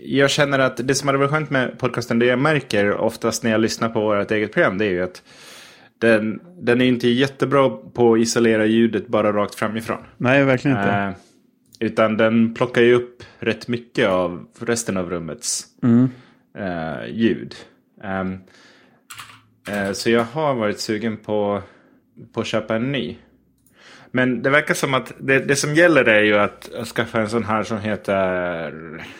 jag känner att det som hade varit skönt med podcasten, det jag märker oftast när jag lyssnar på vårt eget program, det är ju att den är inte jättebra på att isolera ljudet bara rakt framifrån. Nej, verkligen inte. Utan den plockar ju upp rätt mycket av resten av rummets ljud. Så jag har varit sugen på att köpa en ny. Men det verkar som att det som gäller är ju att skaffa en sån här som heter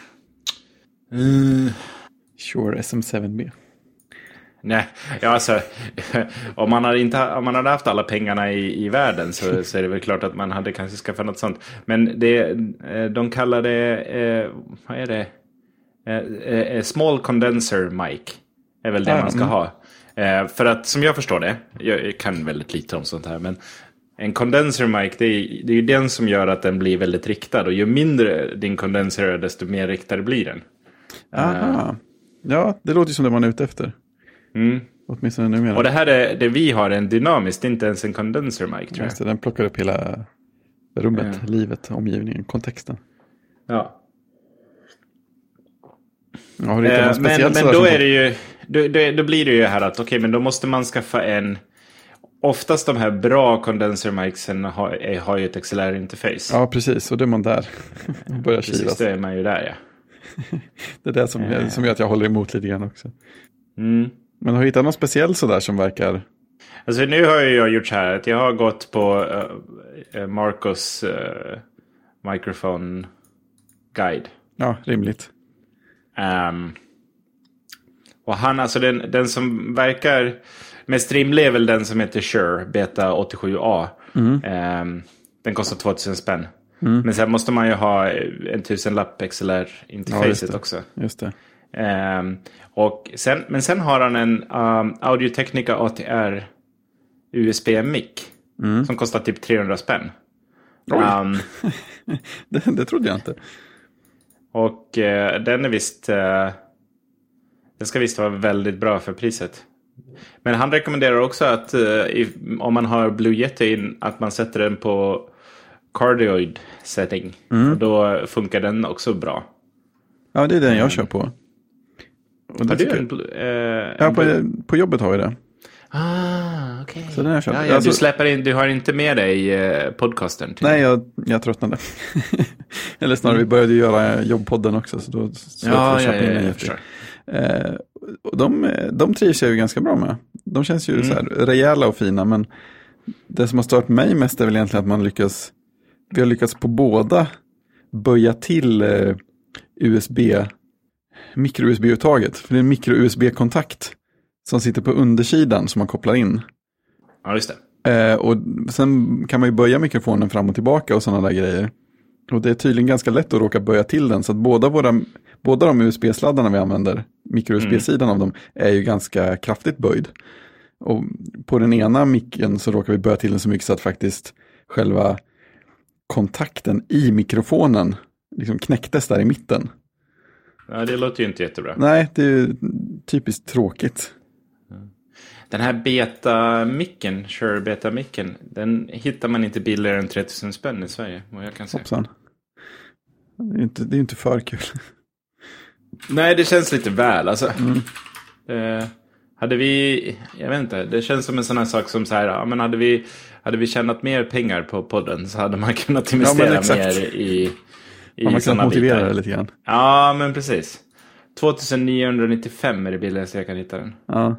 Shure SM7B. Nej, ja, alltså om man hade haft alla pengarna i världen så är det väl klart att man hade kanske skaffat något sånt. Men de kallar det vad är det? Small condenser mic är väl det man ska ha. För att som jag förstår det, jag kan väldigt lite om sånt här, men en condenser mic, det är ju den som gör att den blir väldigt riktad. Och ju mindre din condenser är, desto mer riktad blir den. Aha. Ja, det låter ju som det man är ute efter. Åtminstone numera. Och det här det vi har en dynamisk, det är inte ens en condenser mic, tror jag. Så den plockar upp hela rummet, livet, omgivningen, kontexten. Ja. Har du hittat något speciellt? Men då är det ju då blir det ju här att okej, men då måste man skaffa en. Oftast de här bra condenser micsen har ju ett XLR-interface. Ja, precis. Och det är man där. Börjar kivas. Precis, det är man ju där, ja. Det är det som gör att jag håller emot lite grann också. Men har du hittat något speciellt sådär som verkar... Alltså nu har jag gjort så här att jag har gått på Marcos microphone guide. Ja, rimligt. Och han, alltså den som verkar mest rimlig är väl den som heter Shure Beta 87A. Den kostar 2000 spänn. Men sen måste man ju ha en 1000-lapp XLR-interfacet också. Just det. Men sen har han en Audio-Technica ATR USB-mic som kostar typ 300 spänn. Det trodde jag inte. Och den är visst... den ska visst vara väldigt bra för priset. Men han rekommenderar också att om man har Blue Yeti att man sätter den på cardioid setting. Och då funkar den också bra. Ja, det är den jag kör på. Och har du på jobbet har vi det. Okej. Så den jag kör. Ja, du släpper in, du har inte med dig podcasten. Nej, jag tröttnade. Eller snarare, vi började göra jobbpodden också. Så då jag förstår. Och de trivs jag ju ganska bra med. De känns ju så här rejäla och fina, men det som har stört mig mest är väl egentligen att vi har lyckats på båda böja till micro-USB-uttaget. För det är en micro-USB-kontakt som sitter på undersidan som man kopplar in. Ja, just det. Och sen kan man ju böja mikrofonen fram och tillbaka och sådana där grejer. Och det är tydligen ganska lätt att råka böja till den. Så att båda de USB-sladdarna vi använder, micro-USB-sidan av dem, är ju ganska kraftigt böjd. Och på den ena micken så råkar vi böja till den så mycket så att faktiskt själva kontakten i mikrofonen liksom knäcktes där i mitten. Ja, det låter ju inte jättebra. Nej, det är ju typiskt tråkigt. Den här beta-micken, Shure beta-micken, den hittar man inte billigare än 3000 spänn i Sverige, vad jag kan säga. Hoppsan. Det är ju inte för kul. Nej, det känns lite väl. Alltså, hade vi, jag vet inte, det känns som en sån här sak som så här, ja, men hade vi tjänat mer pengar på podden så hade man kunnat investera mer i man kan motivera det lite grann. Ja, men precis. 2995 är det billigaste jag kan hitta den. Ja.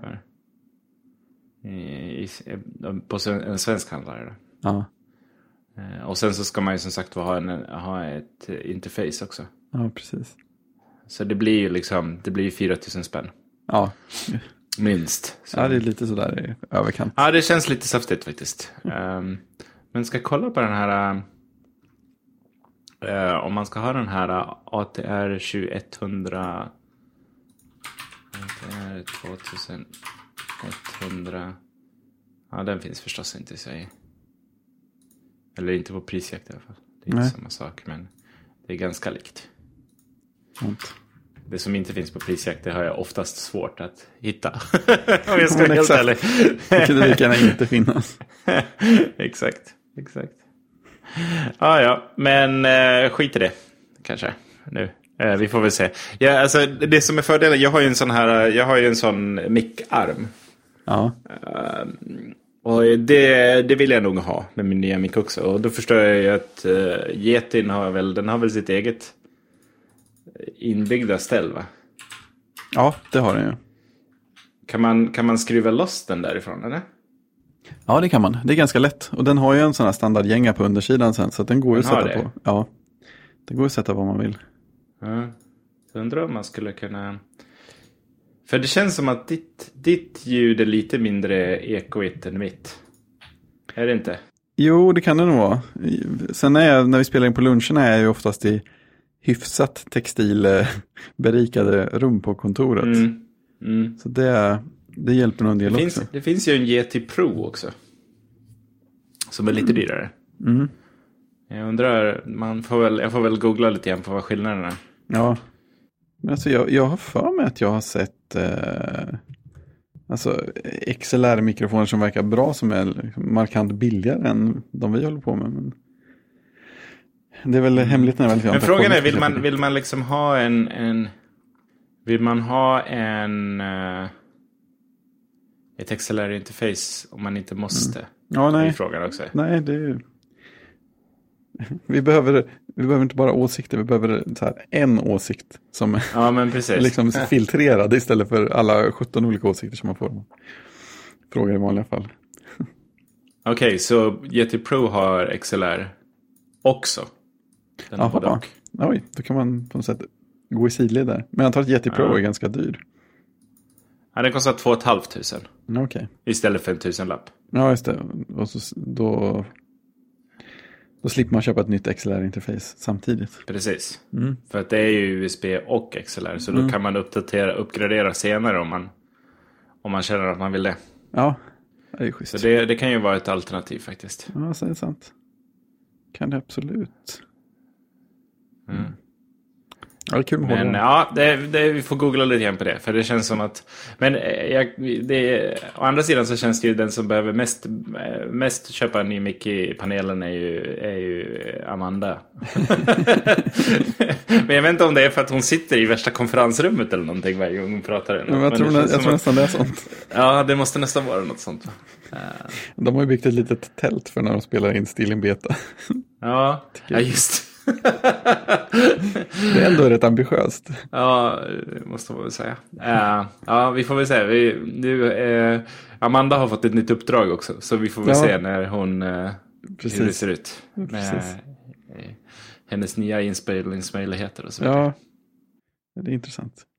På en svensk handlare. Ja. Och sen så ska man ju som sagt ha ett interface också. Ja, precis. Så det blir ju liksom, det blir 4000 spänn. Ja. Minst. Så. Ja, det är lite sådär i överkant. Ja, det känns lite saftigt faktiskt. Men ska jag kolla på den här... om man ska ha den här ATR 2100... ATR 2100... Ja, den finns förstås inte i Sverige. Eller inte på prisjakt i alla fall. Det är inte samma sak, men det är ganska likt. Det som inte finns på prisjakt, det har jag oftast svårt att hitta. Om jag ska vara helt ärlig. Det kan lika gärna inte finnas. Exakt. Ja, men skit i det kanske nu. Vi får väl se. Ja, alltså, det som är fördelen, jag har ju en sån mic-arm. Ja. Och det vill jag nog ha med min nya mic också. Och då förstår jag ju att Yetin har väl sitt eget inbyggda ställ, va? Ja, det har den ju. Kan man skruva loss den därifrån, eller? Ja, det kan man. Det är ganska lätt. Och den har ju en sån här standardgänga på undersidan sen. Så att den går ju att sätta på. Ja, det går att sätta vad man vill. Ja, så undrar om man skulle kunna... För det känns som att ditt ljud är lite mindre ekoigt än mitt. Är det inte? Jo, det kan det nog vara. Sen när vi spelar in på luncherna är jag ju oftast i hyfsat textilberikade rum på kontoret. Så det hjälper nog en del också. Det finns ju en Yeti Pro också. Som är lite dyrare. Jag undrar, jag får väl googla lite grann på vad skillnaden är. Ja, men alltså jag har för mig att jag har sett XLR-mikrofoner som verkar bra, som är liksom markant billigare än de vi håller på med. Men det är väl hemligt när jag väl. Men frågan är, vill man liksom ha vill man ha ett XLR-interface om man inte måste? Ja, nej. Det är frågan också. Nej, det är... Vi behöver inte bara åsikter, vi behöver så här, en åsikt som är liksom filtrerad istället för alla 17 olika åsikter som man får fråga i vanliga fall. Okej, så Yeti Pro har XLR också? Jaha, oj, då kan man på något sätt gå i sidled där. Men jag tror att Yeti Pro är ganska dyr. Ja, den kostar 2 500. Okej. Istället för en 1000-lapp. Ja, just det. Och så, då slipper man köpa ett nytt XLR-interface samtidigt. Precis. För att det är ju USB och XLR. Så då kan man uppgradera senare om man känner att man vill det. Ja, det är schysst. Så det kan ju vara ett alternativ faktiskt. Ja, så är det sant. Kan det absolut. Ja, det är kul med men ja, vi får googla lite grann på det. För det känns som att... Men å andra sidan så känns det ju den som behöver mest köpa en ny mic i panelen är ju Amanda. Men jag vet inte om det är för att hon sitter i värsta konferensrummet eller någonting varje gång hon pratar. Men jag tror nästan det är sånt. Ja, det måste nästan vara något sånt. De har ju byggt ett litet tält för när de spelar in Still in Beta. Ja, just det är ändå rätt ambitiöst. Ja, det måste man väl säga. Ja, vi får väl se. Amanda har fått ett nytt uppdrag också. Så vi får väl se när hur det ser ut. Med hennes nya inspelningsmöjligheter och så vidare. Ja, det är intressant.